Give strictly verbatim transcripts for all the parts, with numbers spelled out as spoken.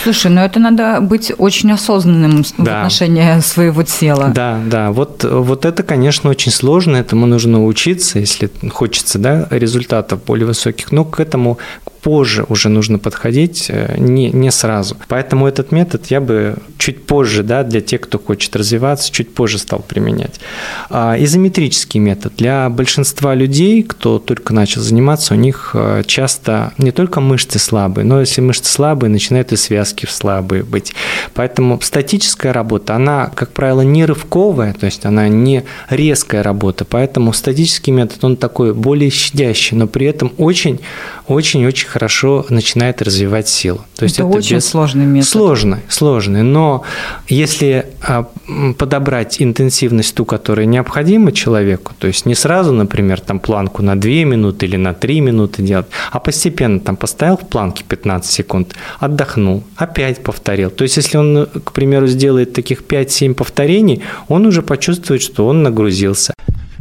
Слушай, ну это надо быть очень осознанным да. в отношении своего тела. Да, да. Вот, вот это, конечно, очень сложно. Этому нужно учиться, если хочется, да, результатов более высоких. Но к этому позже уже нужно подходить, не, не сразу. Поэтому этот метод я бы чуть позже, да, для тех, кто хочет развиваться, чуть позже стал применять. А, изометрический метод. Для большинства людей, кто только начал заниматься, у них часто не только мышцы слабые, но если мышцы слабые, начинают и связки слабые быть. Поэтому статическая работа, она, как правило, не рывковая, то есть она не резкая работа. Поэтому статический метод, он такой более щадящий, но при этом очень-очень-очень хорошо начинает развивать силу. То есть это, это очень без... сложный метод. Сложный, сложный. Но если подобрать интенсивность ту, которая необходима человеку, то есть не сразу, например, там планку на две минуты или на три минуты делать, а постепенно там поставил в планке пятнадцать секунд, отдохнул, опять повторил. То есть если он, к примеру, сделает таких пять-семь повторений, он уже почувствует, что он нагрузился.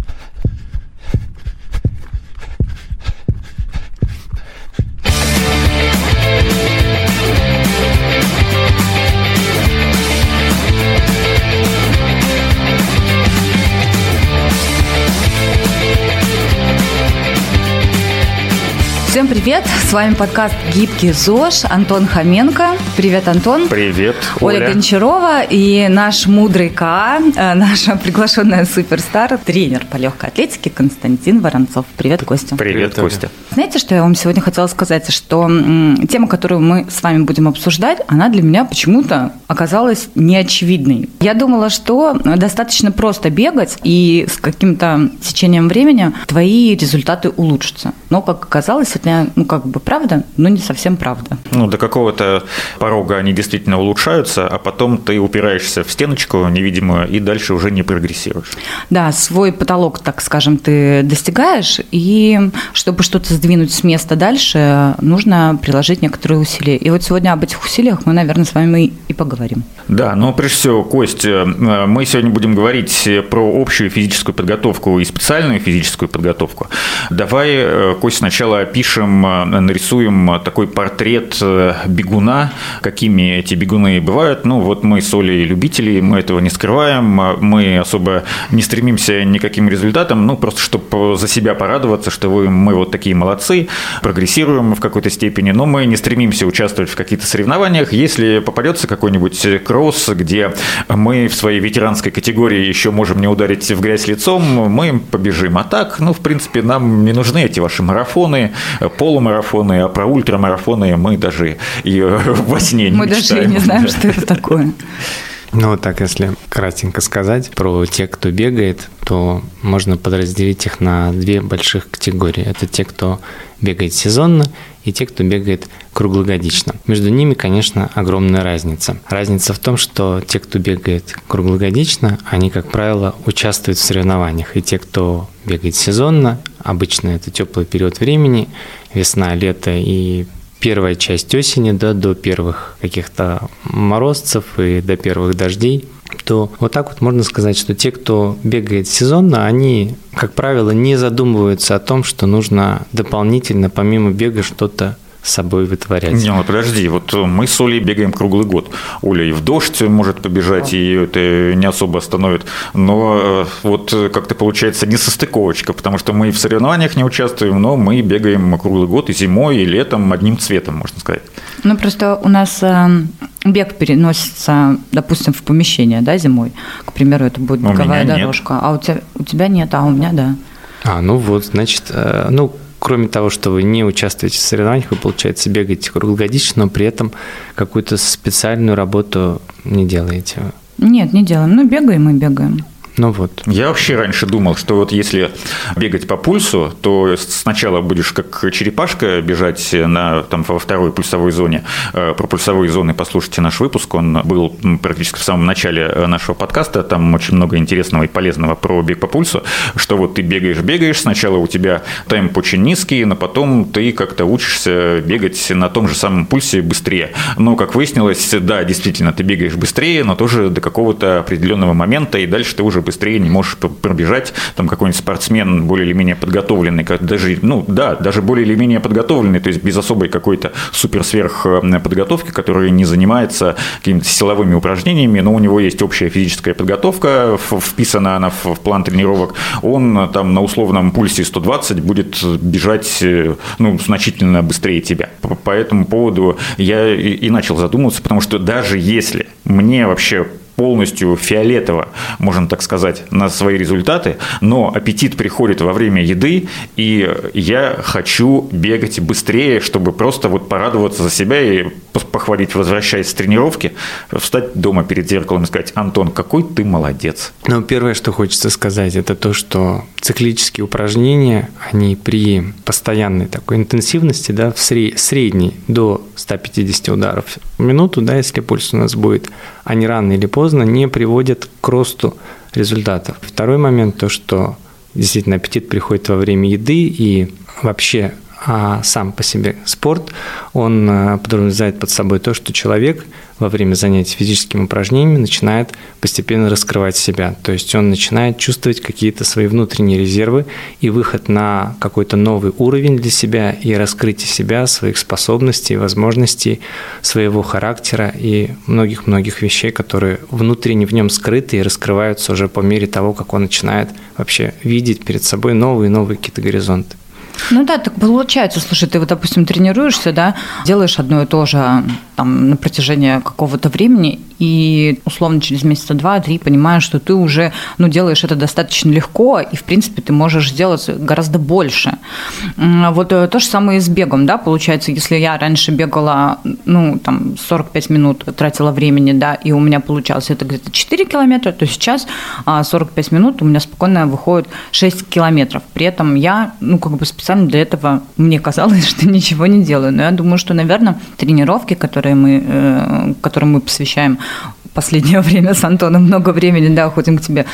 Всем привет! С вами подкаст «Гибкий ЗОЖ», Антон Хоменко. Привет, Антон. Привет, Оля. Оля Гончарова и наш мудрый КА, наша приглашенная суперстар, тренер по легкой атлетике Константин Воронцов. Привет, Костя. Привет, Привет Костя. Знаете, что я вам сегодня хотела сказать? Что тема, которую мы с вами будем обсуждать, она для меня почему-то оказалась неочевидной. Я думала, что достаточно просто бегать, и с каким-то течением времени твои результаты улучшатся. Но, как оказалось, это, ну, как бы правда, но не совсем правда. Ну, до какого-то порога они действительно улучшаются, а потом ты упираешься в стеночку невидимую и дальше уже не прогрессируешь. Да, свой потолок, так скажем, ты достигаешь, и чтобы что-то сдвинуть с места дальше, нужно приложить некоторые усилия. И вот сегодня об этих усилиях мы, наверное, с вами и поговорим. Да, но прежде всего, Кость, мы сегодня будем говорить про общую физическую подготовку и специальную физическую подготовку. Давай, Кость, сначала опишем, нарисуем такой портрет бегуна, какими эти бегуны бывают. Ну, вот мы с Олей любители, мы этого не скрываем, мы особо не стремимся ни к каким результатам, ну, просто чтобы за себя порадоваться, что вы, мы вот такие молодцы, прогрессируем в какой-то степени, но мы не стремимся участвовать в каких-то соревнованиях. Если попадется какой-нибудь кросс, где мы в своей ветеранской категории еще можем не ударить в грязь лицом, мы побежим. А так, ну, в принципе, нам не нужны эти ваши марафоны, полумарафоны, а про ультрамарафоны мы даже и во сне не мы мечтаем. Мы даже не знаем, что это такое. Ну, так, если кратенько сказать про тех, кто бегает, то можно подразделить их на две больших категории. Это те, кто бегает сезонно, и те, кто бегает круглогодично. Между ними, конечно, огромная разница. Разница в том, что те, кто бегает круглогодично, они, как правило, участвуют в соревнованиях. И те, кто бегает сезонно, обычно это теплый период времени, весна, лето и первая часть осени, да, до первых каких-то морозцев и до первых дождей, то вот так вот можно сказать, что те, кто бегает сезонно, они, как правило, не задумываются о том, что нужно дополнительно помимо бега что-то с собой вытворять. Не, ну подожди, вот мы с Олей бегаем круглый год. Оля и в дождь может побежать, и ее это не особо остановит. Но вот как-то получается несостыковочка, потому что мы в соревнованиях не участвуем, но мы бегаем круглый год и зимой, и летом одним цветом, можно сказать. Ну, просто у нас бег переносится, допустим, в помещение, да, зимой. К примеру, это будет беговая дорожка. Нет. А у тебя, у тебя нет, а у меня да. А, ну вот, значит, ну, кроме того, что вы не участвуете в соревнованиях, вы, получается, бегаете круглогодично, но при этом какую-то специальную работу не делаете. Нет, не делаем. Ну, бегаем и бегаем. Ну вот. Я вообще раньше думал, что вот если бегать по пульсу, то сначала будешь как черепашка бежать на, там, во второй пульсовой зоне. Про пульсовые зоны послушайте наш выпуск, он был практически в самом начале нашего подкаста, там очень много интересного и полезного про бег по пульсу, что вот ты бегаешь-бегаешь, сначала у тебя темп очень низкий, но потом ты как-то учишься бегать на том же самом пульсе быстрее. Но, как выяснилось, да, действительно, ты бегаешь быстрее, но тоже до какого-то определенного момента, и дальше ты уже быстрее не можешь пробежать, там какой-нибудь спортсмен более или менее подготовленный, даже, ну да, даже более или менее подготовленный, то есть без особой какой-то супер-сверх подготовки, который не занимается какими-то силовыми упражнениями, но у него есть общая физическая подготовка, вписана она в план тренировок, он там на условном пульсе сто двадцать будет бежать, ну, значительно быстрее тебя. По этому поводу я и начал задумываться, потому что даже если мне вообще полностью фиолетово, можно так сказать, на свои результаты, но аппетит приходит во время еды, и я хочу бегать быстрее, чтобы просто вот порадоваться за себя и похвалить, возвращаясь с тренировки, встать дома перед зеркалом и сказать: Антон, какой ты молодец. Ну, первое, что хочется сказать, это то, что циклические упражнения, они при постоянной такой интенсивности, да, в средней до ста пятидесяти ударов в минуту, да, если пульс у нас будет, они рано или поздно не приводят к росту результатов. Второй момент, то, что действительно аппетит приходит во время еды, и вообще а сам по себе спорт, он подразумевает под собой то, что человек во время занятий физическими упражнениями начинает постепенно раскрывать себя. То есть он начинает чувствовать какие-то свои внутренние резервы и выход на какой-то новый уровень для себя и раскрытие себя, своих способностей, возможностей, своего характера и многих-многих вещей, которые внутренне в нем скрыты и раскрываются уже по мере того, как он начинает вообще видеть перед собой новые-новые какие-то горизонты. Ну да, так получается. Слушай, ты вот, допустим, тренируешься, да, делаешь одно и то же там на протяжении какого-то времени, и условно через месяца два-три понимаешь, что ты уже, ну, делаешь это достаточно легко, и, в принципе, ты можешь сделать гораздо больше. Вот то же самое и с бегом, да, получается, если я раньше бегала, ну, там, сорок пять минут тратила времени, да, и у меня получалось это где-то четыре километра, то сейчас сорок пять минут у меня спокойно выходит шесть километров. При этом я, ну, как бы специально для этого мне казалось, что ничего не делаю. Но я думаю, что, наверное, тренировки, которые мы, э, которым мы посвящаем в последнее время с Антоном много времени, да, ходим к тебе,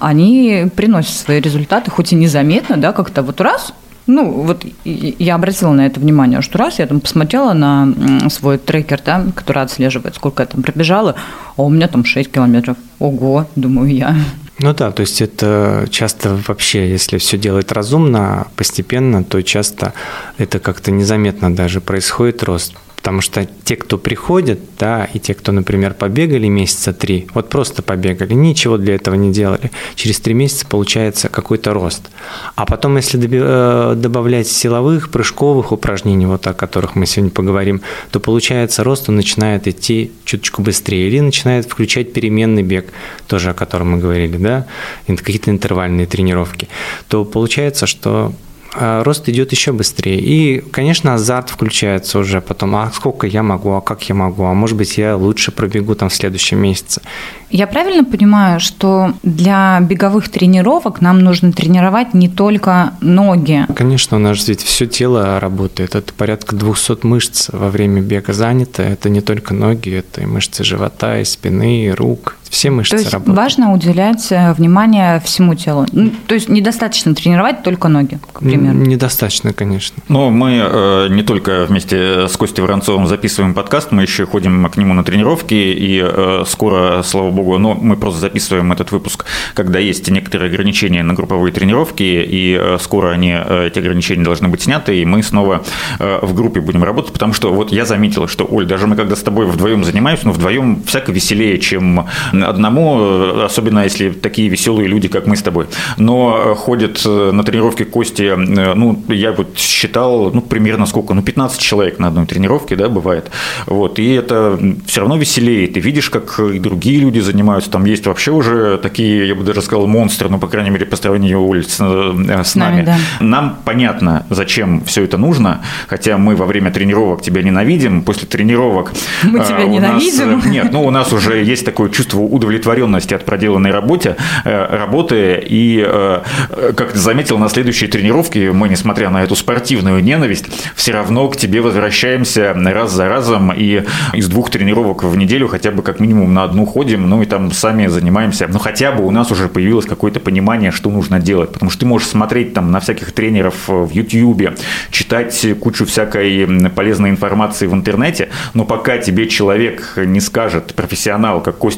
они приносят свои результаты, хоть и незаметно, да, как-то вот раз. Ну, вот я обратила на это внимание, что раз я там посмотрела на свой трекер, да, который отслеживает, сколько я там пробежала, а у меня там шесть километров. Ого, думаю я. Ну да, то есть это часто вообще, если все делать разумно, постепенно, то часто это как-то незаметно даже происходит рост. Потому что те, кто приходят, да, и те, кто, например, побегали месяца три, вот просто побегали, ничего для этого не делали, через три месяца получается какой-то рост. А потом, если добавлять силовых, прыжковых упражнений, вот о которых мы сегодня поговорим, то получается рост, он начинает идти чуточку быстрее, или начинает включать переменный бег, тоже о котором мы говорили, да, какие-то интервальные тренировки, то получается, что рост идет еще быстрее. И, конечно, азарт включается уже потом. А сколько я могу, а как я могу, а может быть, я лучше пробегу там в следующем месяце. Я правильно понимаю, что для беговых тренировок нам нужно тренировать не только ноги? Конечно, у нас ведь все тело работает. Это порядка двухсот мышц во время бега занято. Это не только ноги, это и мышцы живота, и спины, и рук. Все мышцы то есть работают. Важно уделять внимание всему телу. Ну, то есть недостаточно тренировать только ноги, к примеру. Недостаточно, конечно. Но мы э, не только вместе с Костей Воронцовым записываем подкаст, мы еще ходим к нему на тренировки, и э, скоро, слава богу, но мы просто записываем этот выпуск, когда есть некоторые ограничения на групповые тренировки, и э, скоро они, э, эти ограничения должны быть сняты, и мы снова э, в группе будем работать, потому что вот я заметил, что, Оль, даже мы когда с тобой вдвоем занимаемся, но вдвоем всяко веселее, чем одному, особенно если такие веселые люди, как мы с тобой. Но ходят на тренировки Кости, ну, я вот считал, ну, примерно сколько, ну, пятнадцать человек на одной тренировке, да, бывает. Вот, и это все равно веселее. Ты видишь, как и другие люди занимаются. Там есть вообще уже такие, я бы даже сказал, монстры, ну, по крайней мере, по сравнению улиц с, с нами. нами да. Нам понятно, зачем все это нужно, хотя мы во время тренировок тебя ненавидим, после тренировок... Мы тебя ненавидим? Нас, нет, ну, у нас уже есть такое чувство удовлетворенности от проделанной работы, работы, и, как ты заметил, на следующей тренировке мы, несмотря на эту спортивную ненависть, все равно к тебе возвращаемся раз за разом, и из двух тренировок в неделю хотя бы как минимум на одну ходим, ну и там сами занимаемся, ну хотя бы у нас уже появилось какое-то понимание, что нужно делать, потому что ты можешь смотреть там на всяких тренеров в Ютьюбе, читать кучу всякой полезной информации в интернете, но пока тебе человек не скажет, профессионал, как Костя Воронцов,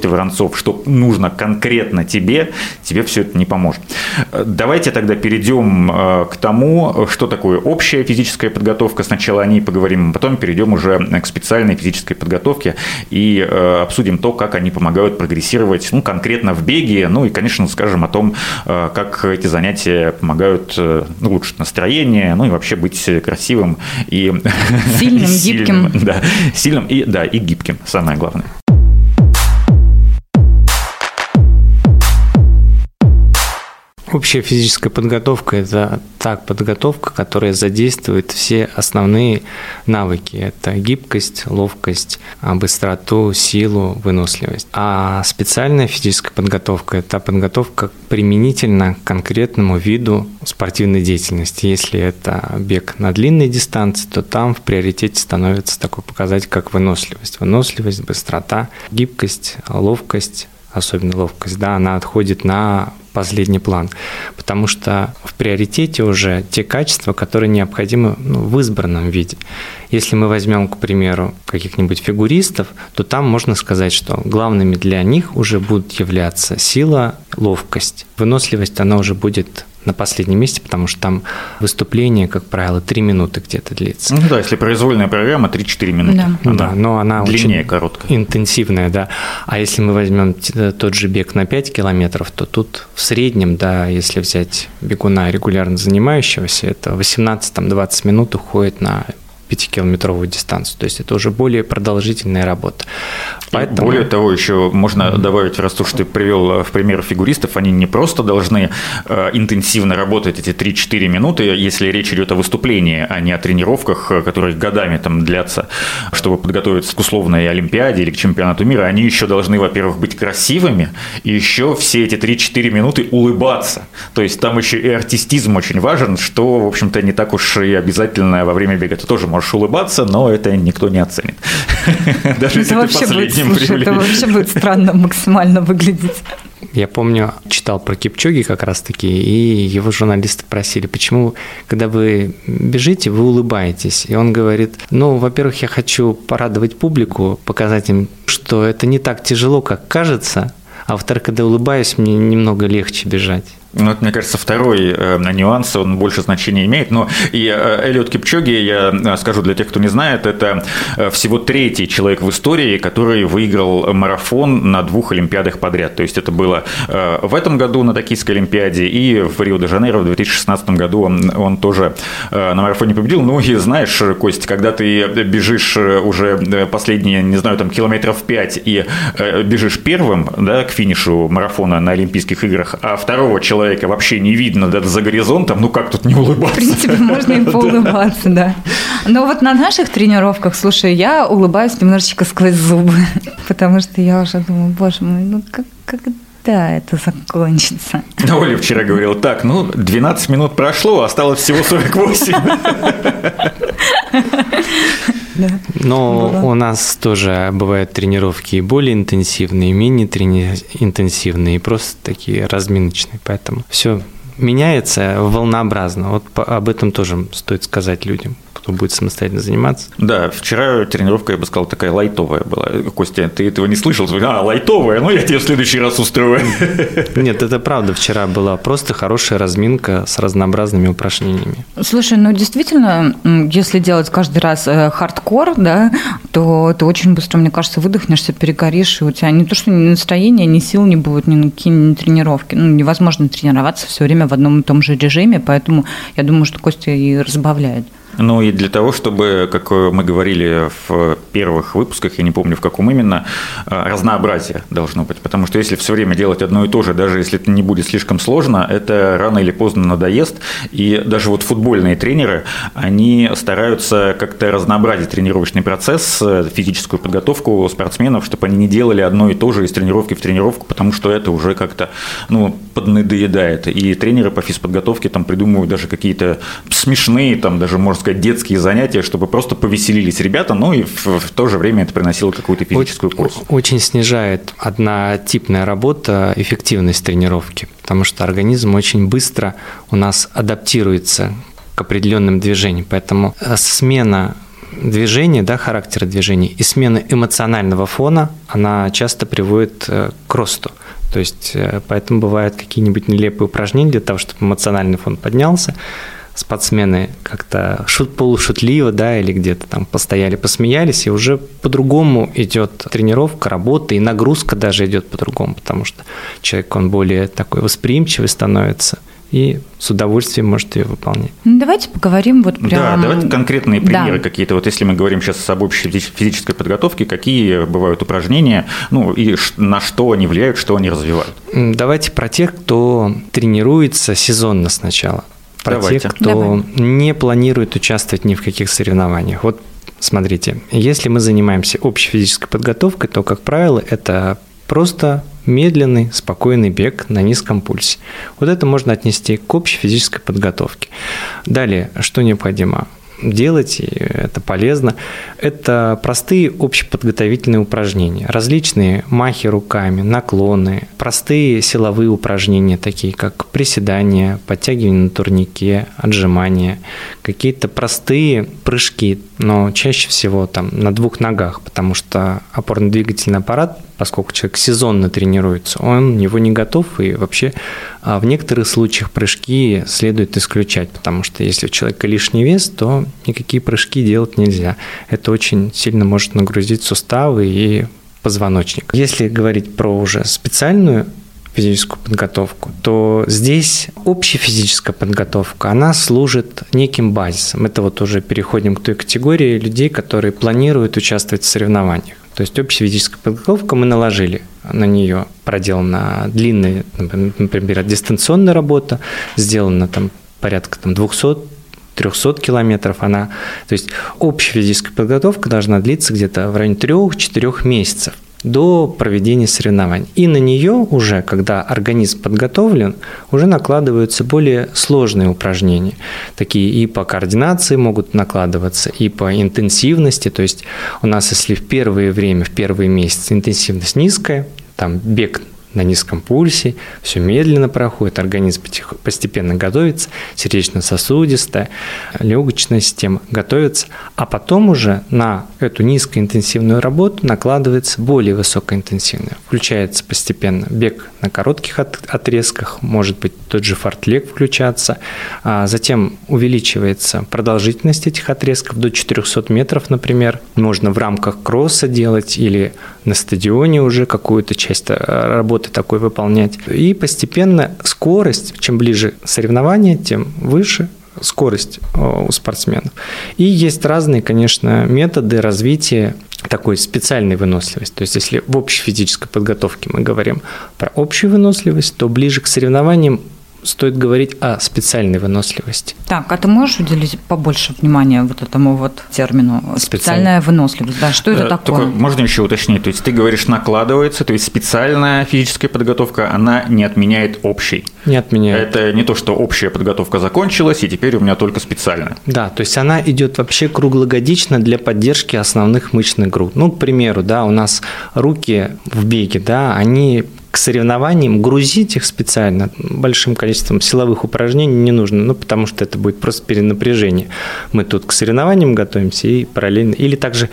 часов, что нужно конкретно тебе, тебе все это не поможет. Давайте тогда перейдем к тому, что такое общая физическая подготовка. Сначала о ней поговорим, а потом перейдем уже к специальной физической подготовке и обсудим то, как они помогают прогрессировать, ну, конкретно в беге, ну и, конечно, скажем о том, как эти занятия помогают, ну, улучшить настроение, ну и вообще быть красивым и сильным, гибким. Да, сильным и, да, и гибким, самое главное. Общая физическая подготовка – это та подготовка, которая задействует все основные навыки. Это гибкость, ловкость, быстроту, силу, выносливость. А специальная физическая подготовка – это подготовка применительно к конкретному виду спортивной деятельности. Если это бег на длинной дистанции, то там в приоритете становится такой показатель, как выносливость. Выносливость, быстрота, гибкость, ловкость, особенно ловкость, да, она отходит на последний план, потому что в приоритете уже те качества, которые необходимы, ну, в избранном виде. Если мы возьмем, к примеру, каких-нибудь фигуристов, то там можно сказать, что главными для них уже будут являться сила, ловкость. Выносливость, она уже будет на последнем месте, потому что там выступление, как правило, три минуты где-то длится. Ну да, если произвольная программа, три-четыре минуты. Да, она да, но она длиннее, очень короткая. Интенсивная, да. А если мы возьмем тот же бег на пять километров, то тут в среднем, да, если взять бегуна регулярно занимающегося, это восемнадцать-двадцать минут уходит на пятикилометровую дистанцию. То есть это уже более продолжительная работа. Поэтому... Более того, еще можно mm-hmm. добавить, раз уж ты привел в пример фигуристов, они не просто должны э, интенсивно работать эти три-четыре минуты, если речь идет о выступлении, а не о тренировках, которые годами там длятся, чтобы подготовиться к условной Олимпиаде или к чемпионату мира. Они еще должны, во-первых, быть красивыми, и еще все эти три-четыре минуты улыбаться. То есть там еще и артистизм очень важен, что, в общем-то, не так уж и обязательно во время бега. Ты тоже можешь улыбаться, но это никто не оценит. Даже если ты последним привлечешь. Это вообще будет странно максимально выглядеть. Я помню, читал про Кипчоги как раз-таки, и его журналисты просили, почему, когда вы бежите, вы улыбаетесь. И он говорит, ну, во-первых, я хочу порадовать публику, показать им, что это не так тяжело, как кажется, а во-вторых, когда улыбаюсь, мне немного легче бежать. Ну, это, мне кажется, второй э, нюанс, он больше значения имеет. Но и э, Элиот Кипчоги, я скажу для тех, кто не знает, это э, всего третий человек в истории, который выиграл марафон на двух Олимпиадах подряд. То есть это было э, в этом году на Токийской Олимпиаде и в Рио-де-Жанейро в две тысячи шестнадцатом году он, он тоже э, на марафоне победил. Ну и знаешь, Кость, когда ты бежишь уже последние, не знаю, там километров пять и э, бежишь первым, да, к финишу марафона на Олимпийских играх, а второго человека вообще не видно даже за горизонтом, ну как тут не улыбаться? В принципе, можно и поулыбаться, да. Но вот на наших тренировках, слушай, я улыбаюсь немножечко сквозь зубы, потому что я уже думаю, боже мой, ну как, когда это закончится? Ну, Оля вчера говорила, так, ну, двенадцать минут прошло, осталось всего сорок восемь. Да. Но было. У нас тоже бывают тренировки более интенсивные, менее интенсивные, и просто такие разминочные. Поэтому все меняется волнообразно. Вот об этом тоже стоит сказать людям, кто будет самостоятельно заниматься. Да, вчера тренировка, я бы сказал, такая лайтовая была. Костя, ты этого не слышал? А, лайтовая, ну я тебе в следующий раз устрою. Нет, это правда. Вчера была просто хорошая разминка с разнообразными упражнениями. Слушай, ну действительно, если делать каждый раз хардкор, да, то ты очень быстро, мне кажется, выдохнешься, перегоришь, и у тебя не то, что ни настроения, ни сил не будет, ни на какие ни тренировки. Ну, невозможно тренироваться все время в одном и том же режиме, поэтому я думаю, что Костя и разбавляет. Ну и для того, чтобы, как мы говорили в первых выпусках, я не помню в каком именно, разнообразие должно быть. Потому что если все время делать одно и то же, даже если это не будет слишком сложно, это рано или поздно надоест. И даже вот футбольные тренеры, они стараются как-то разнообразить тренировочный процесс, физическую подготовку спортсменов, чтобы они не делали одно и то же из тренировки в тренировку, потому что это уже как-то, ну, поднадоедает. И тренеры по физподготовке там придумывают даже какие-то смешные, там даже, можно сказать, детские занятия, чтобы просто повеселились ребята, ну и в, в то же время это приносило какую-то физическую пользу. Очень снижает однотипная работа эффективность тренировки, потому что организм очень быстро у нас адаптируется к определенным движениям, поэтому смена движения, да, характера движений и смена эмоционального фона, она часто приводит к росту. То есть, поэтому бывают какие-нибудь нелепые упражнения для того, чтобы эмоциональный фон поднялся. Спортсмены как-то шут, полушутливо, да, или где-то там постояли, посмеялись, и уже по-другому идет тренировка, работа, и нагрузка даже идет по-другому, потому что человек, он более такой восприимчивый становится, и с удовольствием может ее выполнять. Ну, давайте поговорим вот прям… Да, давайте конкретные примеры да. какие-то. Вот если мы говорим сейчас об общей физической подготовке, какие бывают упражнения, ну и на что они влияют, что они развивают? Давайте про тех, кто тренируется сезонно сначала. Про Давайте. тех, кто Давай. не планирует участвовать ни в каких соревнованиях. Вот смотрите, если мы занимаемся общей физической подготовкой, то, как правило, это просто медленный, спокойный бег на низком пульсе. Вот это можно отнести к общей физической подготовке. Далее, что необходимо делать, и это полезно, это простые общеподготовительные упражнения, различные махи руками, наклоны, простые силовые упражнения, такие как приседания, подтягивания на турнике, отжимания, какие-то простые прыжки, но чаще всего там на двух ногах, потому что опорно-двигательный аппарат, поскольку человек сезонно тренируется, он его не готов, и вообще в некоторых случаях прыжки следует исключать, потому что если у человека лишний вес, то никакие прыжки делать нельзя. Это очень сильно может нагрузить суставы и позвоночник. Если говорить про уже специальную физическую подготовку, то здесь общая физическая подготовка, она служит неким базисом. Это вот уже переходим к той категории людей, которые планируют участвовать в соревнованиях. То есть общая физическая подготовка, мы наложили на нее, проделана длинная, например, дистанционная работа, сделана там порядка там, двухсот-трехсот километров. Она, то есть общая физическая подготовка должна длиться где-то в районе трех-четырех месяцев до проведения соревнований. И на нее уже, когда организм подготовлен, уже накладываются более сложные упражнения. Такие и по координации могут накладываться, и по интенсивности. То есть у нас, если в первое время, в первые месяцы интенсивность низкая, там бег на низком пульсе, все медленно проходит, организм постепенно готовится, сердечно-сосудистая, легочная система готовится, а потом уже на эту низкоинтенсивную работу накладывается более высокоинтенсивная. Включается постепенно бег на коротких отрезках, может быть тот же фортлег включаться, а затем увеличивается продолжительность этих отрезков до четырехсот метров, например. Можно в рамках кросса делать или на стадионе уже какую-то часть работы такой выполнять. И постепенно скорость, чем ближе соревнования, тем выше скорость у спортсменов. И есть разные, конечно, методы развития такой специальной выносливости. То есть, если в общей физической подготовке мы говорим про общую выносливость, то ближе к соревнованиям стоит говорить о специальной выносливости. Так, а ты можешь уделить побольше внимания вот этому вот термину «специальная выносливость»? Да, что это такое? Только можно еще уточнить? То есть ты говоришь «накладывается», то есть специальная физическая подготовка, она не отменяет общей? Не отменяет. Это не то, что общая подготовка закончилась, и теперь у меня только специальная. Да, то есть она идет вообще круглогодично для поддержки основных мышечных групп. Ну, к примеру, да, у нас руки в беге, да, они к соревнованиям грузить их специально большим количеством силовых упражнений не нужно, ну, потому что это будет просто перенапряжение. Мы тут к соревнованиям готовимся и параллельно. Или также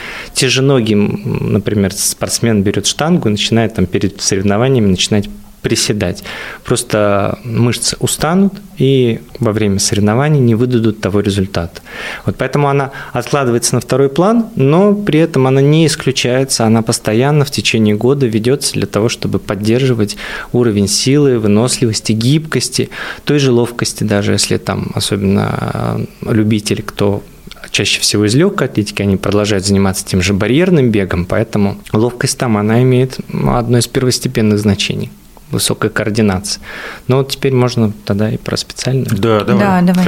тяженогим, например, спортсмен берет штангу и начинает там перед соревнованиями начинать приседать. Просто мышцы устанут и во время соревнований не выдадут того результата. Вот поэтому она откладывается на второй план, но при этом она не исключается, она постоянно в течение года ведется для того, чтобы поддерживать уровень силы, выносливости, гибкости, той же ловкости, даже если там особенно любители, кто чаще всего из легкой атлетики, они продолжают заниматься тем же барьерным бегом, поэтому ловкость там, она имеет одно из первостепенных значений. Высокая координация. Но вот теперь можно тогда и про специальную. Да, давай. Да, давай.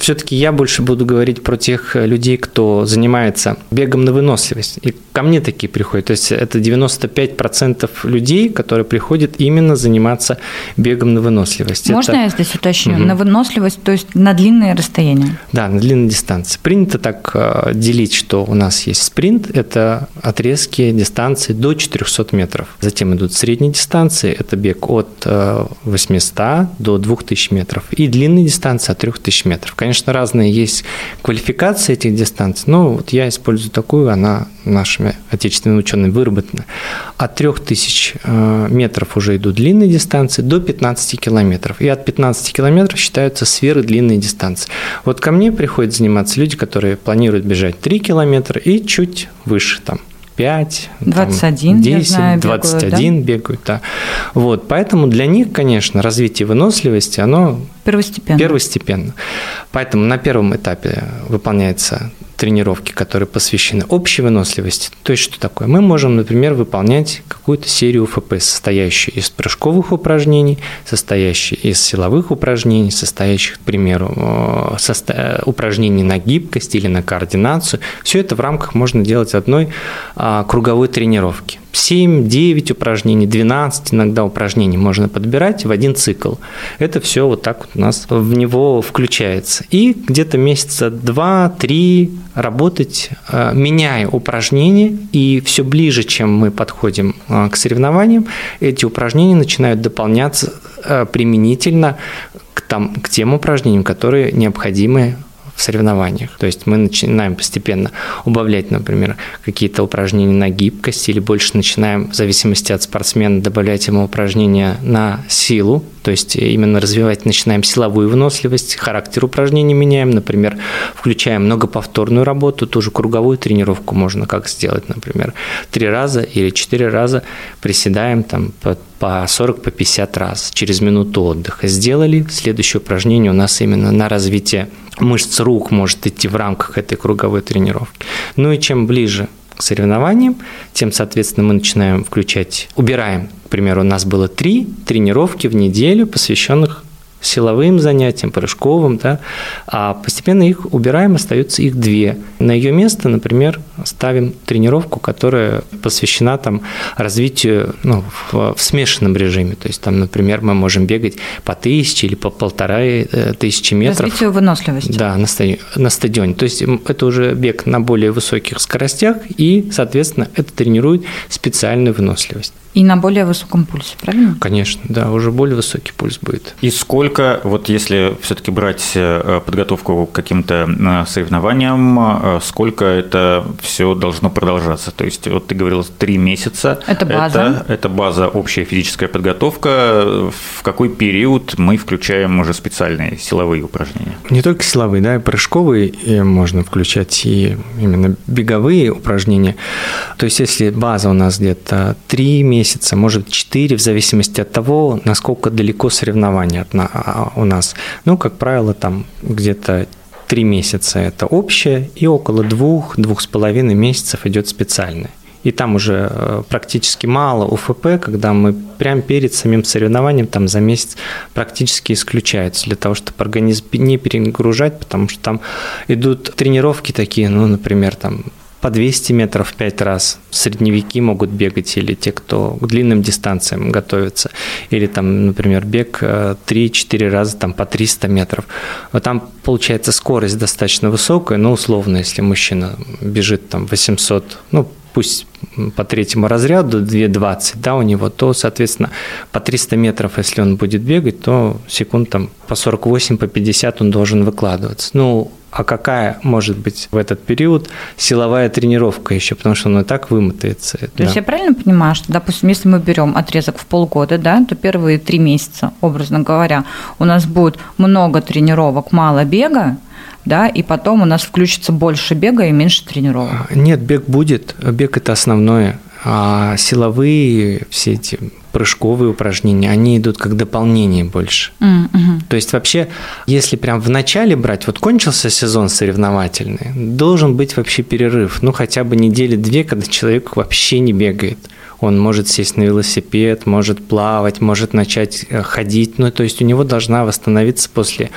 все-таки я больше буду говорить про тех людей, кто занимается бегом на выносливость. И ко мне такие приходят. То есть это девяносто пять процентов людей, которые приходят именно заниматься бегом на выносливость. Можно это... я здесь уточню? Угу. На выносливость, то есть на длинные расстояния? Да, на длинные дистанции. Принято так делить, что у нас есть спринт, это отрезки дистанции до четырехсот метров. Затем идут средние дистанции, это бег от восьмисот до двух тысяч метров. И длинные дистанции от трёх тысяч метров. Конечно, разные есть квалификации этих дистанций, но вот я использую такую, она нашими отечественными учеными выработана. От трёх тысяч метров уже идут длинные дистанции до пятнадцати километров. И от пятнадцати километров считаются сверхдлинные дистанции. Вот ко мне приходят заниматься люди, которые планируют бежать три километра и чуть выше там. пять, двадцать один, десять, знаю, двадцать один бегают, да? бегают, да. Вот, поэтому для них, конечно, развитие выносливости, оно первостепенно. первостепенно. Поэтому на первом этапе выполняются тренировки, которые посвящены общей выносливости. То есть что такое? Мы можем, например, выполнять какую-то серию УФП, состоящую из прыжковых упражнений, состоящую из силовых упражнений, состоящих, к примеру, состо... упражнений на гибкость или на координацию. Все это в рамках можно делать одной а, круговой тренировки. семь-девять упражнений, двенадцать иногда упражнений можно подбирать в один цикл. Это все вот так вот у нас в него включается. И где-то месяца два-три работать, меняя упражнения, и все ближе, чем мы подходим к соревнованиям, эти упражнения начинают дополняться применительно к, там, к тем упражнениям, которые необходимы в соревнованиях. То есть мы начинаем постепенно убавлять, например, какие-то упражнения на гибкость, или больше начинаем, в зависимости от спортсмена, добавлять ему упражнения на силу, то есть именно развивать начинаем силовую выносливость, характер упражнений меняем, например, включаем многоповторную работу, ту же круговую тренировку можно как сделать, например, три раза или четыре раза приседаем там по по сорок, по пятьдесят раз через минуту отдыха. Сделали. Следующее упражнение у нас именно на развитие мышц рук может идти в рамках этой круговой тренировки. Ну и чем ближе к соревнованиям, тем, соответственно, мы начинаем включать, убираем, к примеру, у нас было три тренировки в неделю, посвященных силовым занятиям, прыжковым, да, а постепенно их убираем, остается их две. На ее место, например, ставим тренировку, которая посвящена там развитию, ну, в, в смешанном режиме. То есть там, например, мы можем бегать по тысяче или по полторы тысячи метров. Развитию выносливости. Да, на стадионе, на стадионе. То есть это уже бег на более высоких скоростях, и, соответственно, это тренирует специальную выносливость. И на более высоком пульсе, правильно? Конечно, да, уже более высокий пульс будет. И сколько, вот если все-таки брать подготовку к каким-то соревнованиям, сколько это все должно продолжаться? То есть, вот ты говорил, три месяца. Это база. Это, это база, общая физическая подготовка. В какой период мы включаем уже специальные силовые упражнения? Не только силовые, да, и прыжковые, и можно включать и именно беговые упражнения. То есть, если база у нас где-то три месяца, может четыре, в зависимости от того, насколько далеко соревнования от на, у нас. Ну, как правило, там где-то три месяца – это общее, и около двух-двух с половиной месяцев идет специальное. И там уже практически мало УФП, когда мы прямо перед самим соревнованием там за месяц практически исключается, для того, чтобы организм не перегружать, потому что там идут тренировки такие, ну, например, там по двести метров пять раз. Средневеки могут бегать, или те, кто к длинным дистанциям готовятся. Или там, например, бег три-четыре раза там, по триста метров. Вот там получается скорость достаточно высокая, но условно, если мужчина бежит там восемьсот, ну, пусть по третьему разряду две двадцать, да, у него, то, соответственно, по триста метров, если он будет бегать, то секунд там по сорок восемь, по пятьдесят он должен выкладываться. Ну, а какая может быть в этот период силовая тренировка еще, потому что он и так вымотается. То да. есть я правильно понимаю, что, допустим, если мы берем отрезок в полгода, да, то первые три месяца, образно говоря, у нас будет много тренировок, мало бега, да, и потом у нас включится больше бега и меньше тренировок? Нет, бег будет, бег – это основное, а силовые все эти прыжковые упражнения, они идут как дополнение больше. Mm-hmm. То есть вообще, если прям в начале брать, вот кончился сезон соревновательный, должен быть вообще перерыв, ну хотя бы недели две, когда человек вообще не бегает. Он может сесть на велосипед, может плавать, может начать ходить, ну то есть у него должна восстановиться после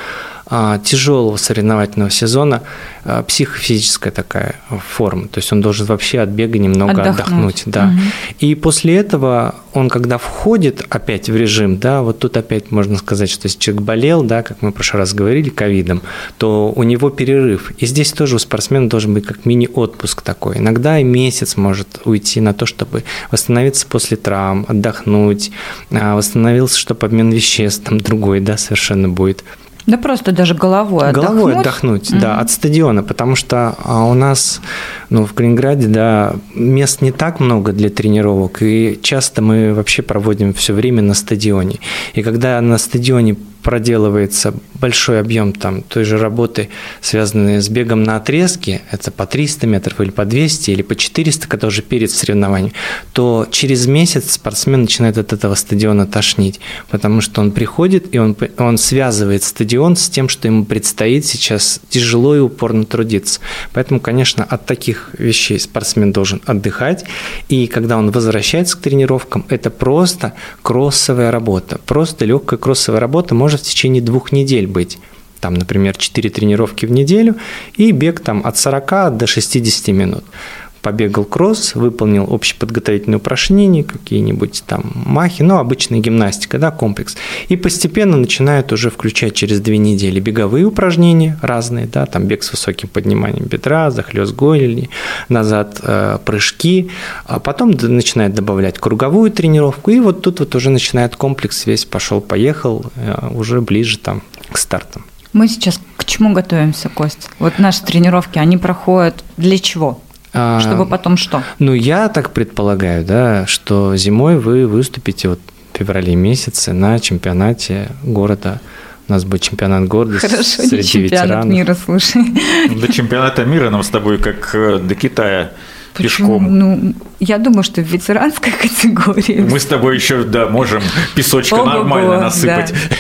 тяжелого соревновательного сезона психофизическая такая форма. То есть он должен вообще от бега немного отдохнуть. отдохнуть да. Угу. И после этого он, когда входит опять в режим, да, вот тут опять можно сказать, что если человек болел, да, как мы в прошлый раз говорили, ковидом, то у него перерыв. И здесь тоже у спортсмена должен быть как мини-отпуск такой. Иногда и месяц может уйти на то, чтобы восстановиться после травм, отдохнуть, восстановился, чтобы обмен веществ там другой, да, совершенно будет. Да просто даже головой отдохнуть. Головой отдохнуть, mm-hmm. да, от стадиона, потому что у нас, ну, в Калининграде, да, мест не так много для тренировок, и часто мы вообще проводим все время на стадионе. И когда на стадионе проделывается большой объем там той же работы, связанной с бегом на отрезке, это по триста метров или по двести, или по четыреста, когда уже перед соревнованием, то через месяц спортсмен начинает от этого стадиона тошнить, потому что он приходит, и он, он связывает стадион с тем, что ему предстоит сейчас тяжело и упорно трудиться. Поэтому, конечно, от таких вещей спортсмен должен отдыхать, и когда он возвращается к тренировкам, это просто кроссовая работа, просто легкая кроссовая работа может в течение двух недель быть. Там, например, четыре тренировки в неделю и бег там от сорока до шестидесяти минут. Побегал кросс, выполнил общеподготовительные упражнения, какие-нибудь там махи, ну, обычная гимнастика, да, комплекс. И постепенно начинают уже включать через две недели беговые упражнения разные, да, там бег с высоким подниманием бедра, захлёст голени, назад э, прыжки, а потом начинает добавлять круговую тренировку, и вот тут вот уже начинает комплекс весь пошел-поехал, э, уже ближе там к стартам. Мы сейчас к чему готовимся, Кость? Вот наши тренировки, они проходят для чего? Чтобы потом что? Ну, я так предполагаю, да, что зимой вы выступите вот в феврале месяце на чемпионате города. У нас будет чемпионат города Хорошо, среди не чемпионат ветеранов. Мира, слушай. До чемпионата мира нам с тобой как до Китая. Почему? Пешком. Ну, я думаю, что в ветеранской категории. Мы с тобой еще, да, можем песочка Ого-го, нормально насыпать. Да.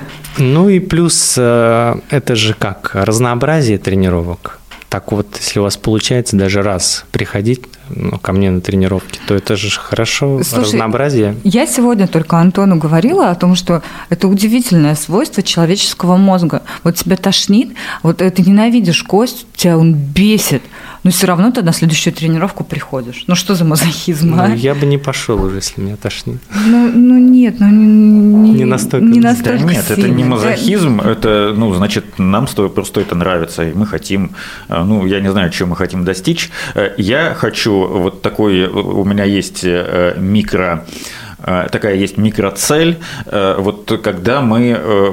Ну и плюс это же как разнообразие тренировок. Так вот, если у вас получается даже раз приходить ну, ко мне на тренировки, то это же хорошо, Слушай, разнообразие. Я сегодня только Антону говорила о том, что это удивительное свойство человеческого мозга. Вот тебя тошнит, вот ты ненавидишь кость, тебя он бесит, но все равно ты на следующую тренировку приходишь. Ну что за мазохизм, а? Ну, я бы не пошел уже, если меня тошнит. Ну, ну нет, ну не, не настолько. Не настолько да нет, сильно. Это не мазохизм, это, ну, значит, нам с тобой просто это нравится, и мы хотим, ну, я не знаю, чего мы хотим достичь. Я хочу, вот такой, у меня есть микро... Такая есть микроцель. Вот когда мы,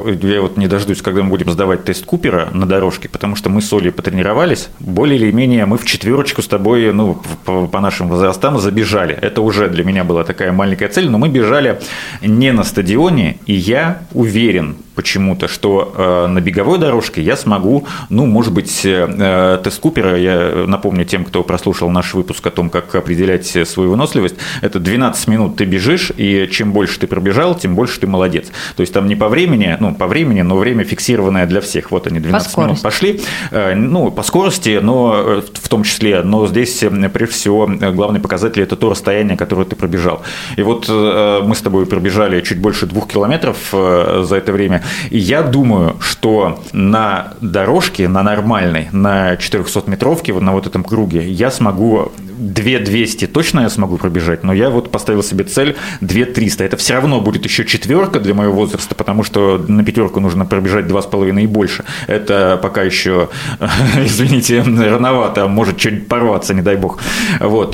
я вот не дождусь, когда мы будем сдавать тест Купера на дорожке, потому что мы с Олей потренировались, более или менее мы в четверочку с тобой, ну, по, по нашим возрастам забежали. Это уже для меня была такая маленькая цель, но мы бежали не на стадионе, и я уверен почему-то, что э, на беговой дорожке я смогу, ну, может быть, э, тест Купера, я напомню тем, кто прослушал наш выпуск о том, как определять свою выносливость, это двенадцать минут ты бежишь, и чем больше ты пробежал, тем больше ты молодец. То есть там не по времени, ну, по времени, но время фиксированное для всех. Вот они, двенадцать минут пошли. Э, ну, по скорости, но в том числе, но здесь, прежде всего, главный показатель – это то расстояние, которое ты пробежал. И вот э, мы с тобой пробежали чуть больше двух километров э, за это время. И я думаю, что на дорожке, на нормальной, на четырехсотметровке, вот на вот этом круге, я смогу две двести точно я смогу пробежать, но я вот поставил себе цель две триста. Это все равно будет еще четверка для моего возраста, потому что на пятерку нужно пробежать два с половиной и больше. Это пока еще, извините, рановато, может что-нибудь порваться, не дай бог. Вот.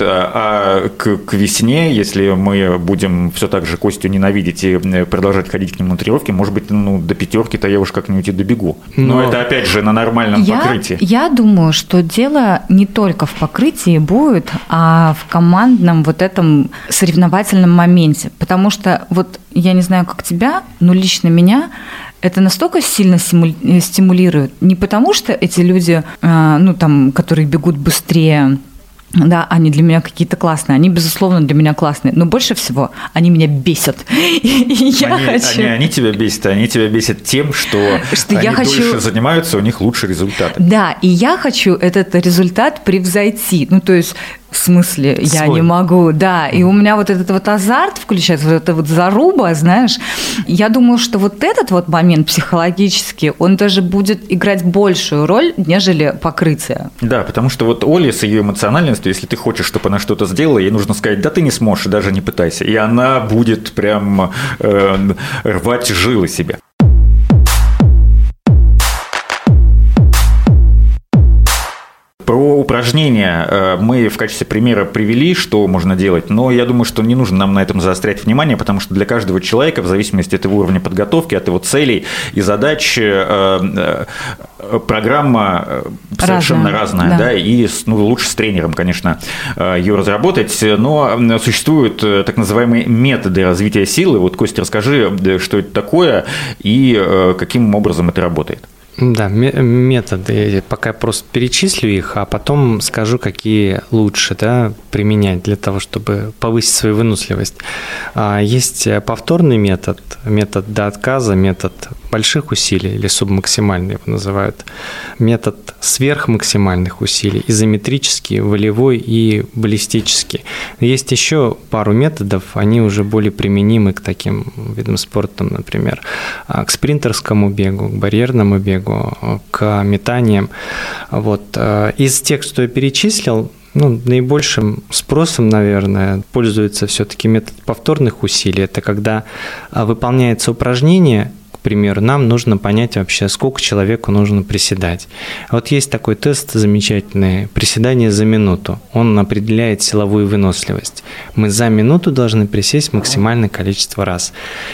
А к, к весне, если мы будем все так же Костю ненавидеть и продолжать ходить к нему на тренировки, может быть, ну, до пятерки-то я уж как-нибудь и добегу. Но, Но это опять же на нормальном я, покрытии. Я думаю, что дело не только в покрытии будет, а в командном вот этом соревновательном моменте. Потому что вот я не знаю, как тебя, но лично меня это настолько сильно стимулирует. Не потому что эти люди, ну, там, которые бегут быстрее, да, они для меня какие-то классные, они, безусловно, для меня классные, но больше всего они меня бесят. И я они, хочу... они, они тебя бесят, они тебя бесят тем, что, что они я дольше хочу... занимаются, у них лучше результаты. Да, и я хочу этот результат превзойти. Ну, то есть в смысле, я Свой. не могу, да, и у меня вот этот вот азарт включается, вот эта вот заруба, знаешь, я думаю, что вот этот вот момент психологический, он даже будет играть большую роль, нежели покрытие. Да, потому что вот Оля с ее эмоциональностью, если ты хочешь, чтобы она что-то сделала, ей нужно сказать, да ты не сможешь, даже не пытайся, и она будет прям э, рвать жилы себе. Про упражнения мы в качестве примера привели, что можно делать, но я думаю, что не нужно нам на этом заострять внимание, потому что для каждого человека, в зависимости от его уровня подготовки, от его целей и задач, программа совершенно разная, разная да. Да, и ну, лучше с тренером, конечно, ее разработать, но существуют так называемые методы развития силы. Вот, Костя, расскажи, что это такое и каким образом это работает. Да, методы. Пока я просто перечислю их, а потом скажу, какие лучше, да, применять для того, чтобы повысить свою выносливость. Есть повторный метод, метод до отказа, метод больших усилий или субмаксимальный его называют, метод сверхмаксимальных усилий, изометрический, волевой и баллистический. Есть еще пару методов, они уже более применимы к таким видам спорта, например, к спринтерскому бегу, к барьерному бегу, к метаниям. Вот. Из тех, что я перечислил, ну, наибольшим спросом, наверное, пользуется все-таки метод повторных усилий. Это когда выполняется упражнение, к примеру, нам нужно понять вообще, сколько человеку нужно приседать. Вот есть такой тест замечательный, приседание за минуту. Он определяет силовую выносливость. Мы за минуту должны присесть максимальное количество раз.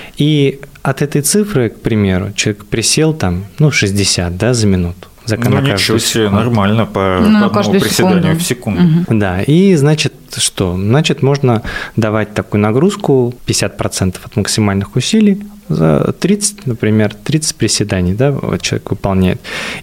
И от этой цифры, к примеру, человек присел там, ну, шестьдесят, да, за минуту. Ну, ничего себе, нормально, по ну, одному приседанию в секунду. Угу. Да, и значит, что? Значит, можно давать такую нагрузку пятьдесят процентов от максимальных усилий, за тридцать, например, тридцать приседаний, да, вот человек выполняет.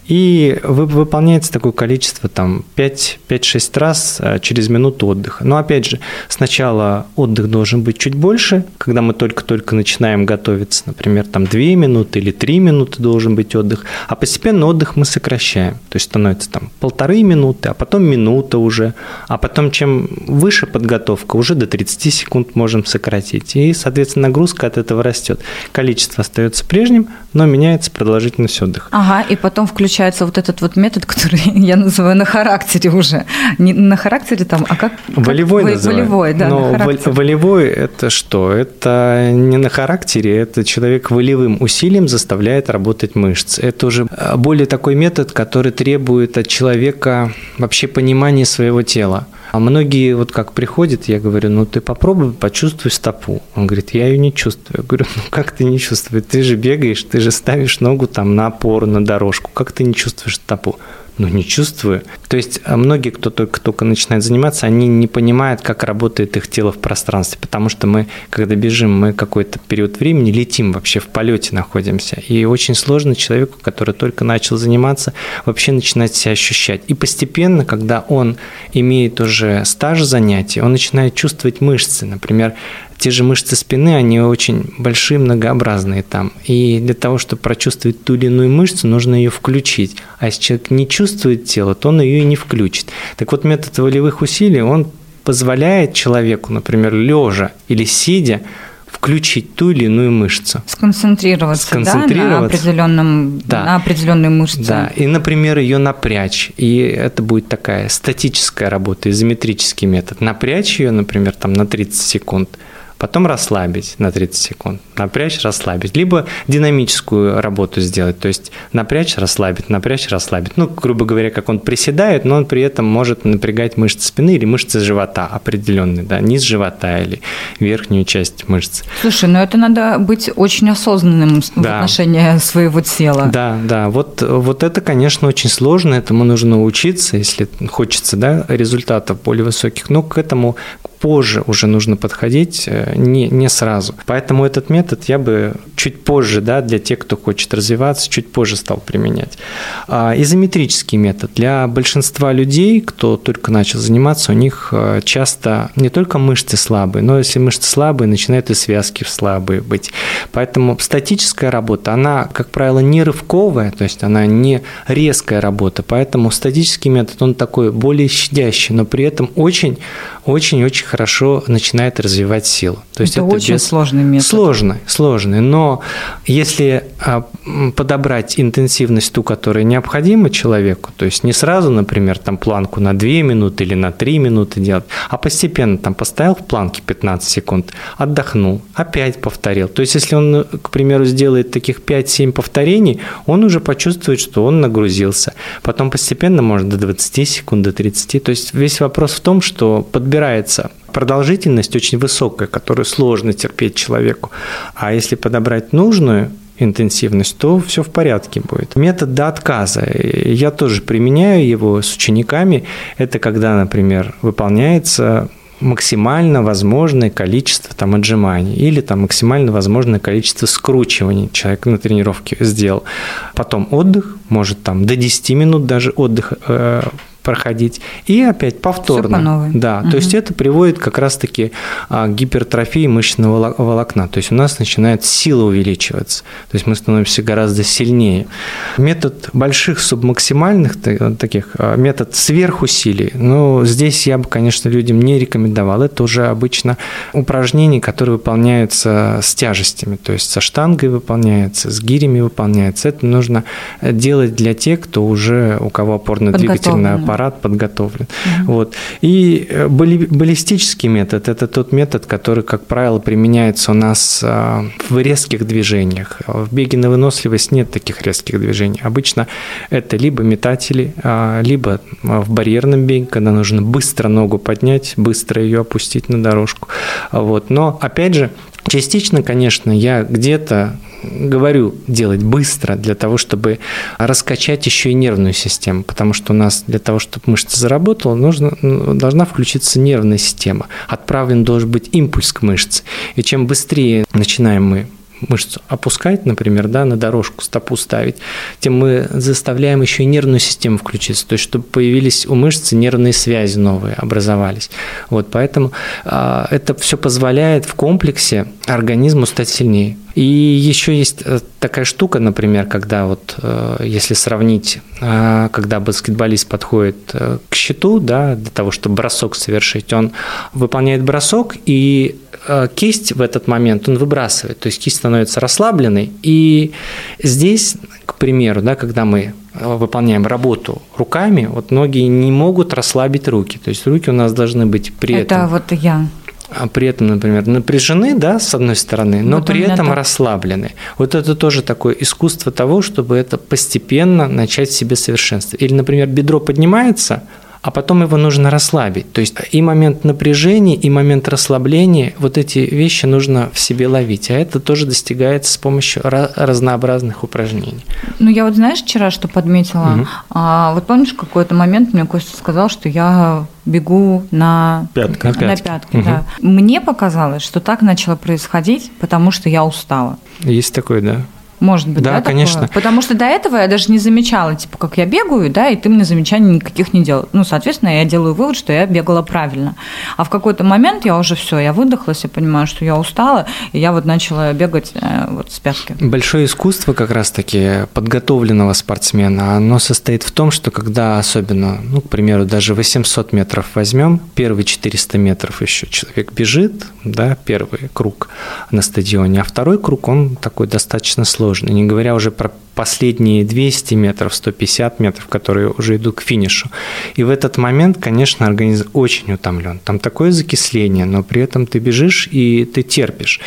И выполняется такое количество, там, пять-шесть раз через минуту отдыха. Но, опять же, сначала отдых должен быть чуть больше, когда мы только-только начинаем готовиться, например, там, две минуты или три минуты должен быть отдых, а постепенно отдых мы сокращаем. То есть становится там полторы минуты, а потом минута уже, а потом чем выше подготовка, уже до тридцати секунд можем сократить. И, соответственно, нагрузка от этого растет. Количество остается прежним, но меняется продолжительность отдыха. Ага, и потом включается вот этот вот метод, который я называю на характере уже. Не на характере там, а как? Волевой как? называют. Волевой, да, но волевой – это что? Это не на характере, это человек волевым усилием заставляет работать мышцы. Это уже более такой метод, который требует от человека вообще понимания своего тела. А многие вот как приходят, я говорю, ну ты попробуй, почувствуй стопу. Он говорит, я ее не чувствую. Я говорю, ну как ты не чувствуешь? Ты же бегаешь, ты же ставишь ногу там на опору, на дорожку. Как ты не чувствуешь стопу? Ну, не чувствую. То есть многие, кто только, только начинает заниматься, они не понимают, как работает их тело в пространстве, потому что мы, когда бежим, мы какой-то период времени летим, вообще в полете находимся. И очень сложно человеку, который только начал заниматься, вообще начинать себя ощущать. И постепенно, когда он имеет уже стаж занятий, он начинает чувствовать мышцы. Например, те же мышцы спины, они очень большие, многообразные там. И для того, чтобы прочувствовать ту или иную мышцу, нужно ее включить. А если человек не чувствует тело, то он ее и не включит. Так вот, метод волевых усилий, он позволяет человеку, например, лежа или сидя, включить ту или иную мышцу. Сконцентрироваться, Сконцентрироваться. Да, на, определенном, да. на определенной мышце. Да, и, например, ее напрячь. И это будет такая статическая работа, изометрический метод. Напрячь ее, например, там, на тридцать секунд, потом расслабить на тридцать секунд, напрячь, расслабить. Либо динамическую работу сделать, то есть напрячь, расслабить, напрячь, расслабить. Ну, грубо говоря, как он приседает, но он при этом может напрягать мышцы спины или мышцы живота определенные, да, низ живота или верхнюю часть мышц. Слушай, ну это надо быть очень осознанным да. в отношении своего тела. Да, да, вот, вот это, конечно, очень сложно, этому нужно учиться, если хочется, да, результатов более высоких, но к этому позже уже нужно подходить, не, не сразу. Поэтому этот метод я бы чуть позже, да, для тех, кто хочет развиваться, чуть позже стал применять. Изометрический метод. Для большинства людей, кто только начал заниматься, у них часто не только мышцы слабые, но если мышцы слабые, начинают и связки слабые быть. Поэтому статическая работа, она, как правило, не рывковая, то есть она не резкая работа, поэтому статический метод, он такой более щадящий, но при этом очень-очень-очень хорошо начинает развивать силу. То есть это, это очень без... сложный метод. Сложный, сложный, но если подобрать интенсивность ту, которая необходима человеку, то есть не сразу, например, там планку на две минуты или на три минуты делать, а постепенно там поставил в планке пятнадцать секунд, отдохнул, опять повторил. То есть если он, к примеру, сделает таких пять-семь повторений, он уже почувствует, что он нагрузился. Потом постепенно может до двадцати секунд, до тридцати. То есть весь вопрос в том, что подбирается продолжительность очень высокая, которую сложно терпеть человеку. А если подобрать нужную интенсивность, то все в порядке будет. Метод до отказа. Я тоже применяю его с учениками. Это когда, например, выполняется максимально возможное количество там, отжиманий или там, максимально возможное количество скручиваний человек на тренировке сделал. Потом отдых, может там, до десяти минут даже отдых э, проходить, и опять повторно. Все по новой. Да, угу. То есть это приводит как раз-таки к гипертрофии мышечного волокна. То есть у нас начинает сила увеличиваться. То есть мы становимся гораздо сильнее. Метод больших субмаксимальных таких, метод сверхусилий, ну, здесь я бы, конечно, людям не рекомендовал. Это уже обычно упражнения, которые выполняются с тяжестями, то есть со штангой выполняется, с гирями выполняется. Это нужно делать для тех, кто уже, у кого опорно-двигательный аппарат подготовлен. Угу. Вот. И баллистический метод – это тот метод, который, как правило, применяется у нас в резких движениях. В беге на выносливость нет таких резких движений. Обычно это либо метатели, либо в барьерном беге, когда нужно быстро ногу поднять, быстро ее опустить на дорожку. Вот. Но, опять же, частично, конечно, я где-то говорю делать быстро для того, чтобы раскачать еще и нервную систему, потому что у нас для того, чтобы мышца заработала, нужно, должна включиться нервная система. Отправлен должен быть импульс к мышце. И чем быстрее начинаем мы мышцу опускать, например, да, на дорожку стопу ставить, тем мы заставляем еще и нервную систему включиться, то есть чтобы появились у мышцы нервные связи новые, образовались. Вот, поэтому а, это все позволяет в комплексе организму стать сильнее. И еще есть такая штука, например, когда вот, если сравнить, когда баскетболист подходит к щиту, да, для того, чтобы бросок совершить, он выполняет бросок, и кисть в этот момент он выбрасывает, то есть кисть становится расслабленной, и здесь, к примеру, да, когда мы выполняем работу руками, вот ноги не могут расслабить руки, то есть руки у нас должны быть при Это этом… Это вот я… при этом, например, напряжены, да, с одной стороны, но вот при этом так. расслаблены. Вот это тоже такое искусство того, чтобы это постепенно начать в себе совершенствовать. Или, например, бедро поднимается, а потом его нужно расслабить. То есть и момент напряжения, и момент расслабления, вот эти вещи нужно в себе ловить. А это тоже достигается с помощью разнообразных упражнений. Ну, я вот, знаешь, вчера что подметила? Угу. А, вот помнишь, в какой-то момент мне Костя сказал, что я бегу на пятки. На пятки, на пятки угу. да. Мне показалось, что так начало происходить, потому что я устала. Есть такое, да. Может быть, да, да конечно. Такое? Потому что до этого я даже не замечала, типа, как я бегаю, да, и ты мне замечаний никаких не делал. Ну, соответственно, я делаю вывод, что я бегала правильно. А в какой-то момент я уже все, я выдохлась, я понимаю, что я устала, и я вот начала бегать э, вот с пятки. Большое искусство как раз-таки подготовленного спортсмена, оно состоит в том, что когда особенно, ну, к примеру, даже восемьсот метров возьмем, первые четыреста метров еще человек бежит, да, первый круг на стадионе, а второй круг, он такой достаточно сложный. Не говоря уже про последние двести метров, сто пятьдесят метров, которые уже идут к финишу. И в этот момент, конечно, организм очень утомлен. Там такое закисление, но при этом ты бежишь и ты терпишь.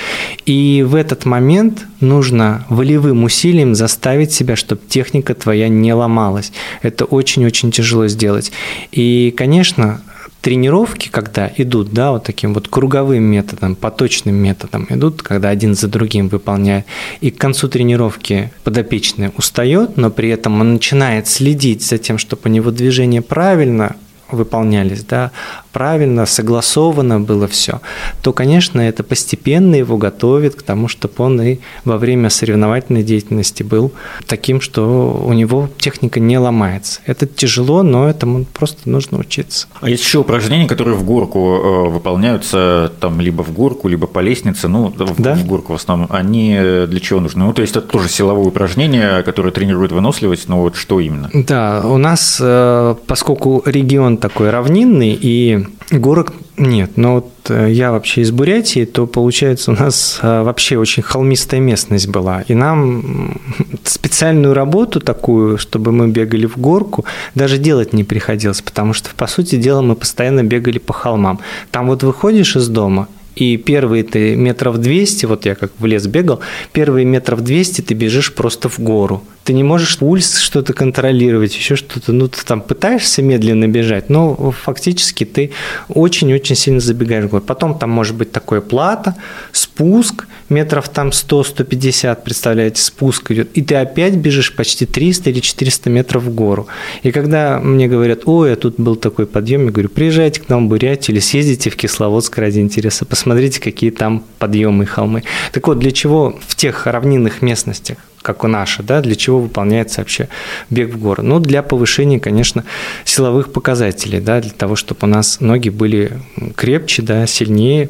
И в этот момент нужно волевым усилием заставить себя, чтобы техника твоя не ломалась. Это очень-очень тяжело сделать. И, конечно, тренировки, когда идут, да, вот таким вот круговым методом, поточным методом идут, когда один за другим выполняют, и к концу тренировки подопечный устает, но при этом он начинает следить за тем, чтобы у него движения правильно выполнялись, да, правильно, согласовано было все, то, конечно, это постепенно его готовит к тому, чтобы он и во время соревновательной деятельности был таким, что у него техника не ломается. Это тяжело, но этому просто нужно учиться. А есть еще упражнения, которые в горку выполняются, там, либо в горку, либо по лестнице, ну, в, да? в горку в основном. Они для чего нужны? Ну, то есть это тоже силовое упражнение, которое тренирует выносливость, но вот что именно? Да, у нас, поскольку регион такой равнинный и горок нет, но вот я вообще из Бурятии, то, получается, у нас вообще очень холмистая местность была, и нам специальную работу такую, чтобы мы бегали в горку, даже делать не приходилось, потому что, по сути дела, мы постоянно бегали по холмам. Там вот выходишь из дома, и первые ты метров двести, вот я как в лес бегал, первые метров двести ты бежишь просто в гору. Ты не можешь пульс что-то контролировать, еще что-то. Ну, ты там пытаешься медленно бежать, но фактически ты очень-очень сильно забегаешь в гору. Потом там может быть такое плато, спуск, метров там сто - сто пятьдесят, представляете, спуск идет, и ты опять бежишь почти триста или четыреста метров в гору. И когда мне говорят, ой, а тут был такой подъем, я говорю, приезжайте к нам в Бурятию или съездите в Кисловодск ради интереса, посмотрите, какие там подъемы и холмы. Так вот, для чего в тех равнинных местностях, как у нашей, да, для чего выполняется вообще бег в горы? Ну, для повышения, конечно, силовых показателей, да, для того, чтобы у нас ноги были крепче, да, сильнее.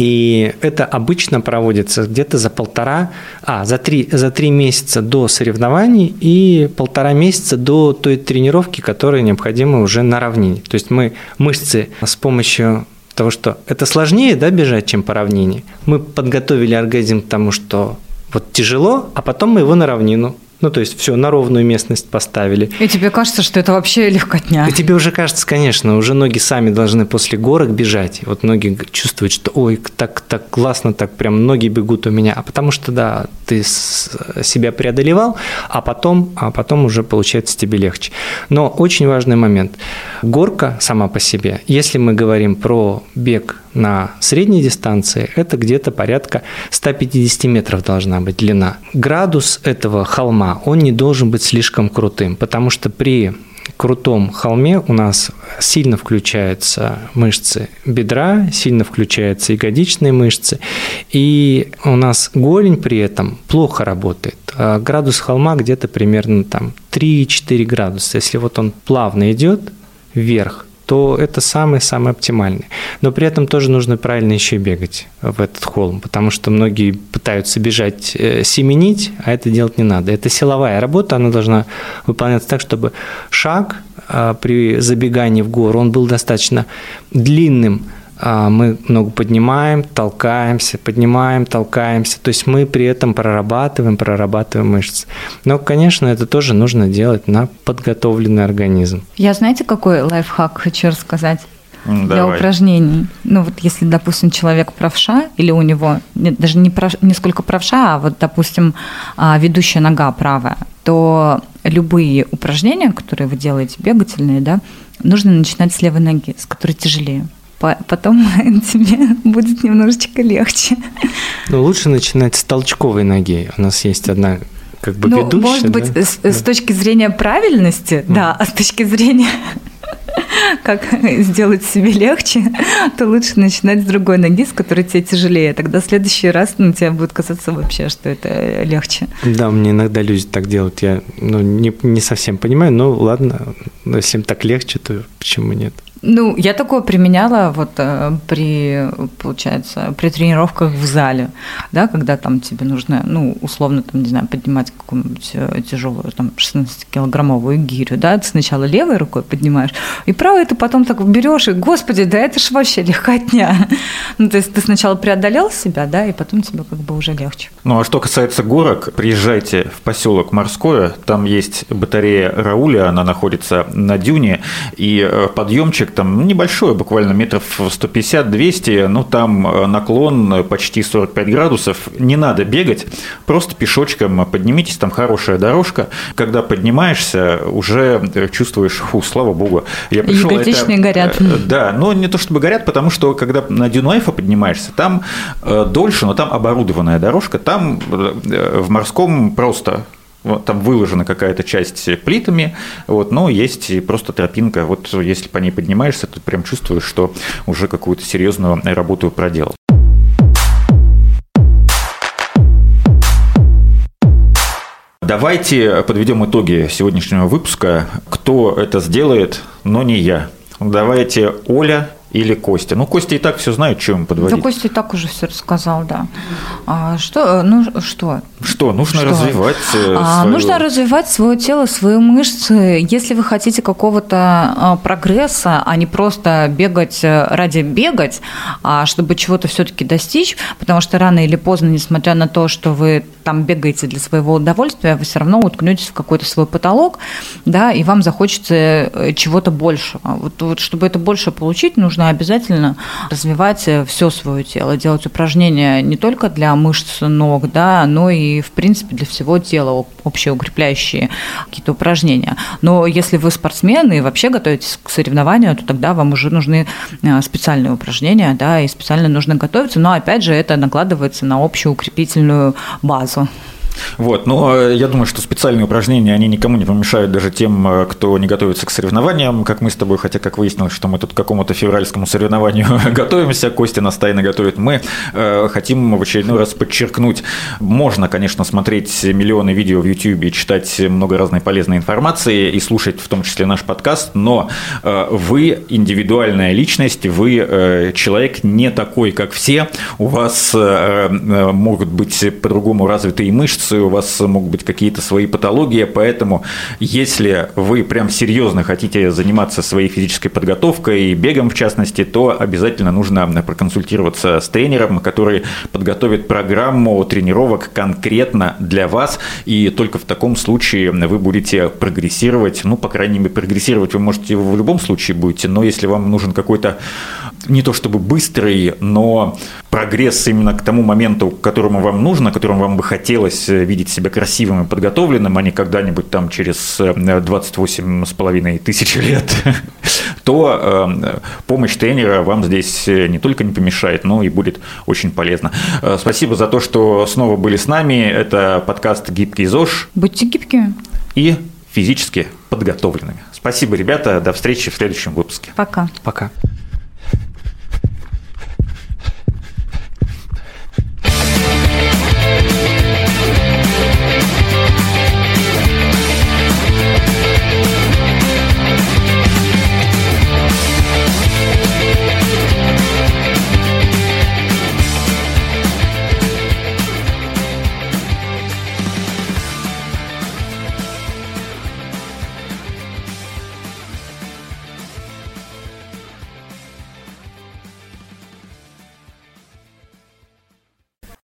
И это обычно проводится где-то за полтора, а, за три, за три месяца до соревнований и полтора месяца до той тренировки, которая необходима уже на равнине. То есть мы мышцы с помощью того, что это сложнее, да, бежать, чем по равнине, мы подготовили организм к тому, что вот тяжело, а потом мы его на равнину. Ну, то есть, все, на ровную местность поставили. И тебе кажется, что это вообще легкотня. И тебе уже кажется, конечно, уже ноги сами должны после горок бежать. И вот ноги чувствуют, что, ой, так, так классно, так прям ноги бегут у меня. А потому что, да, ты себя преодолевал, а потом, а потом уже получается тебе легче. Но очень важный момент. Горка сама по себе, если мы говорим про бег на средней дистанции, это где-то порядка сто пятьдесят метров должна быть длина. Градус этого холма, он не должен быть слишком крутым, потому что при крутом холме у нас сильно включаются мышцы бедра, сильно включаются ягодичные мышцы, и у нас голень при этом плохо работает. Градус холма где-то примерно там три-четыре градуса. Если вот он плавно идет вверх, то это самый-самый оптимальный. Но при этом тоже нужно правильно еще бегать в этот холм, потому что многие пытаются бежать, семенить, а это делать не надо. Это силовая работа, она должна выполняться так, чтобы шаг при забегании в гору, он был достаточно длинным. Мы ногу поднимаем, толкаемся, поднимаем, толкаемся. То есть мы при этом прорабатываем, прорабатываем мышцы. Но, конечно, это тоже нужно делать на подготовленный организм. Я, знаете, какой лайфхак хочу рассказать? Давай. Для упражнений. Ну вот если, допустим, человек правша, или у него нет, даже не, прав, не сколько правша, а вот, допустим, ведущая нога правая, то любые упражнения, которые вы делаете, бегательные, да, нужно начинать с левой ноги, с которой тяжелее. Потом тебе будет немножечко легче. Ну, лучше начинать с толчковой ноги. У нас есть одна как бы ну, ведущая. Может быть, да? с, да. с точки зрения правильности, mm. да, а с точки зрения как сделать себе легче, то лучше начинать с другой ноги, с которой тебе тяжелее. Тогда в следующий раз ну, тебе будет казаться вообще, что это легче. Да, мне иногда люди так делают. Я ну, не, не совсем понимаю, но ладно, если им так легче, то почему нет? Ну, я такое применяла вот при, получается, при тренировках в зале, да, когда там тебе нужно, ну, условно, там, не знаю, поднимать какую-нибудь тяжелую, там, шестнадцатикилограммовую гирю, да, ты сначала левой рукой поднимаешь, и правой ты потом так берешь, и, господи, да это ж вообще легкотня. Ну, то есть ты сначала преодолел себя, да, и потом тебе как бы уже легче. Ну, а что касается горок, приезжайте в поселок Морское, там есть батарея Рауля, она находится на дюне, и подъемчик там небольшой, буквально метров сто пятьдесят - двести, ну там наклон почти сорок пять градусов, не надо бегать, просто пешочком поднимитесь, там хорошая дорожка, когда поднимаешься, уже чувствуешь, фу, слава богу. Я пришел, ягодичные это, горят. Да, но не то чтобы горят, потому что когда на дюну Эйфа поднимаешься, там дольше, но там оборудованная дорожка, там в Морском просто Вот, там выложена какая-то часть плитами, вот, но есть и просто тропинка. Вот если по ней поднимаешься, то прям чувствуешь, что уже какую-то серьезную работу проделал. Давайте подведем итоги сегодняшнего выпуска. Кто это сделает, но не я. Давайте Оля или Костя. Ну, Костя и так все знает, что ему подводить. Да, Костя и так уже все рассказал, да. А, что? Ну, что? Что? Нужно что? развивать а, свое... Нужно развивать свое тело, свои мышцы. Если вы хотите какого-то прогресса, а не просто бегать ради бегать, а чтобы чего-то все-таки достичь, потому что рано или поздно, несмотря на то, что вы там бегаете для своего удовольствия, вы все равно уткнетесь в какой-то свой потолок, да, и вам захочется чего-то большего. Вот, вот чтобы это больше получить, нужно обязательно развивать все свое тело, делать упражнения не только для мышц ног, да, но и, в принципе, для всего тела, общеукрепляющие какие-то упражнения. Но если вы спортсмен и вообще готовитесь к соревнованию, то тогда вам уже нужны специальные упражнения, да, и специально нужно готовиться, но, опять же, это накладывается на общеукрепительную базу. Вот, но я думаю, что специальные упражнения, они никому не помешают, даже тем, кто не готовится к соревнованиям, как мы с тобой, хотя, как выяснилось, что мы тут к какому-то февральскому соревнованию готовимся, Костя нас тайно готовит, мы э, хотим в очередной раз подчеркнуть, можно, конечно, смотреть миллионы видео в YouTube и читать много разной полезной информации и слушать в том числе наш подкаст, но э, вы индивидуальная личность, вы э, человек не такой, как все, у вас э, э, могут быть по-другому развитые мышцы, у вас могут быть какие-то свои патологии, поэтому если вы прям серьезно хотите заниматься своей физической подготовкой и бегом в частности, то обязательно нужно проконсультироваться с тренером, который подготовит программу тренировок конкретно для вас, и только в таком случае вы будете прогрессировать, ну, по крайней мере, прогрессировать вы можете в любом случае будете, но если вам нужен какой-то не то чтобы быстрый, но прогресс именно к тому моменту, к которому вам нужно, к которому вам бы хотелось видеть себя красивым и подготовленным, а не когда-нибудь там через двадцать восемь с половиной тысяч лет, то помощь тренера вам здесь не только не помешает, но и будет очень полезно. Спасибо за то, что снова были с нами. Это подкаст «Гибкий ЗОЖ». Будьте гибкими. И физически подготовленными. Спасибо, ребята. До встречи в следующем выпуске. Пока. Пока.